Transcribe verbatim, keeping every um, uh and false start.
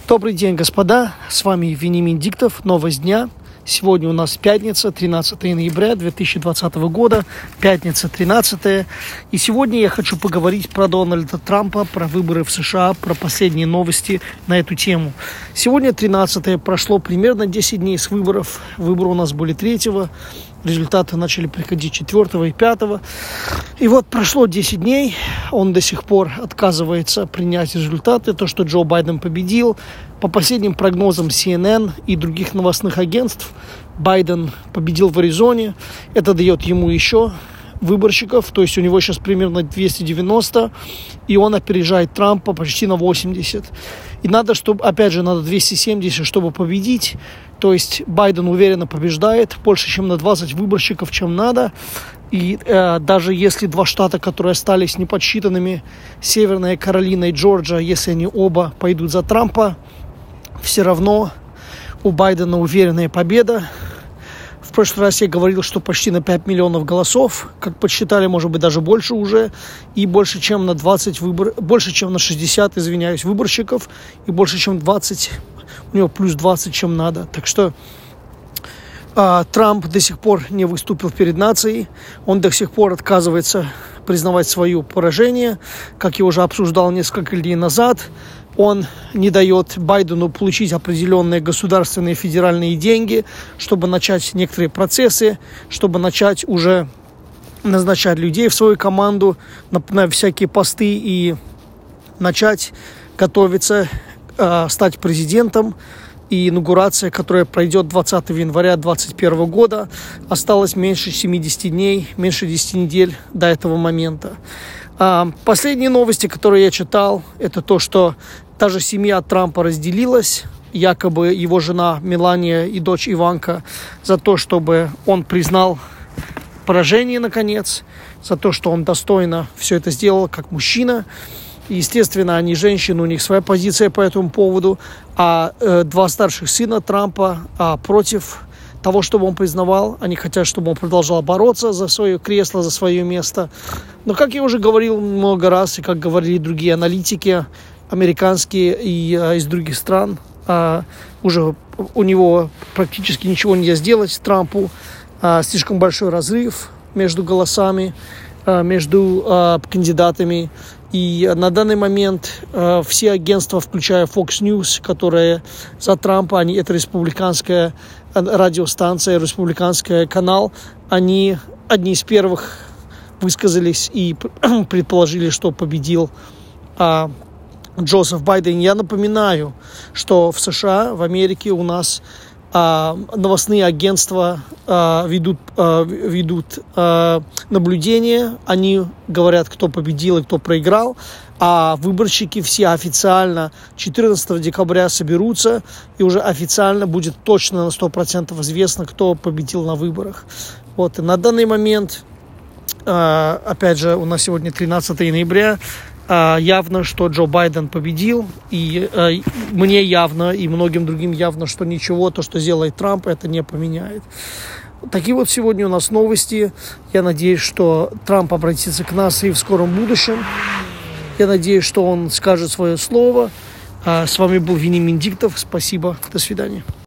Добрый день, господа, с вами Вениамин Диктов, новость дня. Сегодня у нас пятница, тринадцатое ноября две тысячи двадцатого года, пятница тринадцатое. И сегодня я хочу поговорить про Дональда Трампа, про выборы в США, про последние новости на эту тему. Сегодня тринадцатое, прошло примерно десять дней с выборов. Выборы у нас были третьего, результаты начали приходить четвертого и пятого. И вот прошло десять дней, он до сих пор отказывается принять результаты, то, что Джо Байден победил. По последним прогнозам си эн эн и других новостных агентств, Байден победил в Аризоне. Это дает ему еще выборщиков, то есть у него сейчас примерно двести девяносто, и он опережает Трампа почти на восемьдесят. И надо, чтобы, опять же, надо двести семьдесят, чтобы победить. То есть Байден уверенно побеждает, больше, чем на двадцать выборщиков, чем надо. И э, даже если два штата, которые остались неподсчитанными, Северная Каролина и Джорджия, если они оба пойдут за Трампа, все равно у Байдена уверенная победа. В прошлый раз я говорил, что почти на пять миллионов голосов, как подсчитали, может быть, даже больше уже, и больше, чем на двадцать выбор, больше, чем на шестьдесят, извиняюсь, выборщиков, и больше, чем двадцать, у него плюс двадцать, чем надо. Так что а, Трамп до сих пор не выступил перед нацией, он до сих пор отказывается признавать свое поражение, как я уже обсуждал несколько дней назад. Он не дает Байдену получить определенные государственные федеральные деньги, чтобы начать некоторые процессы, чтобы начать уже назначать людей в свою команду на, на всякие посты и начать готовиться э, стать президентом. И инаугурация, которая пройдет двадцатого января две тысячи двадцать первого года, осталось меньше семидесяти дней, меньше десяти недель до этого момента. А, последние новости, которые я читал, это то, что даже семья Трампа разделилась. Якобы его жена Мелания и дочь Иванка за то, чтобы он признал поражение, наконец, за то, что он достойно все это сделал как мужчина. Естественно, они женщины, у них своя позиция по этому поводу, а э, два старших сына Трампа а, против того, чтобы он признавал. Они хотят, чтобы он продолжал бороться за свое кресло, за свое место. Но, как я уже говорил много раз, и как говорили другие аналитики, американские и а, из других стран, а, уже у него практически ничего нельзя сделать Трампу. А, слишком большой разрыв между голосами, а, между а, кандидатами. И на данный момент э, все агентства, включая Fox News, которые за Трампа, они, это республиканская радиостанция, республиканский канал, они одни из первых высказались и предположили, что победил э, Джозеф Байден. Я напоминаю, что в США, в Америке у нас э, новостные агентства э, ведут, э, ведут э, наблюдения, они говорят, кто победил и кто проиграл, а выборщики все официально четырнадцатого декабря соберутся, и уже официально будет точно на сто процентов известно, кто победил на выборах. Вот, и на данный момент, э, опять же, у нас сегодня тринадцатое ноября, э, явно, что Джо Байден победил, и э, мне явно, и многим другим явно, что ничего, то, что сделает Трамп, это не поменяет. Такие вот сегодня у нас новости. Я надеюсь, что Трамп обратится к нас и в скором будущем. Я надеюсь, что он скажет свое слово. С вами был Вениамин Диктов. Спасибо. До свидания.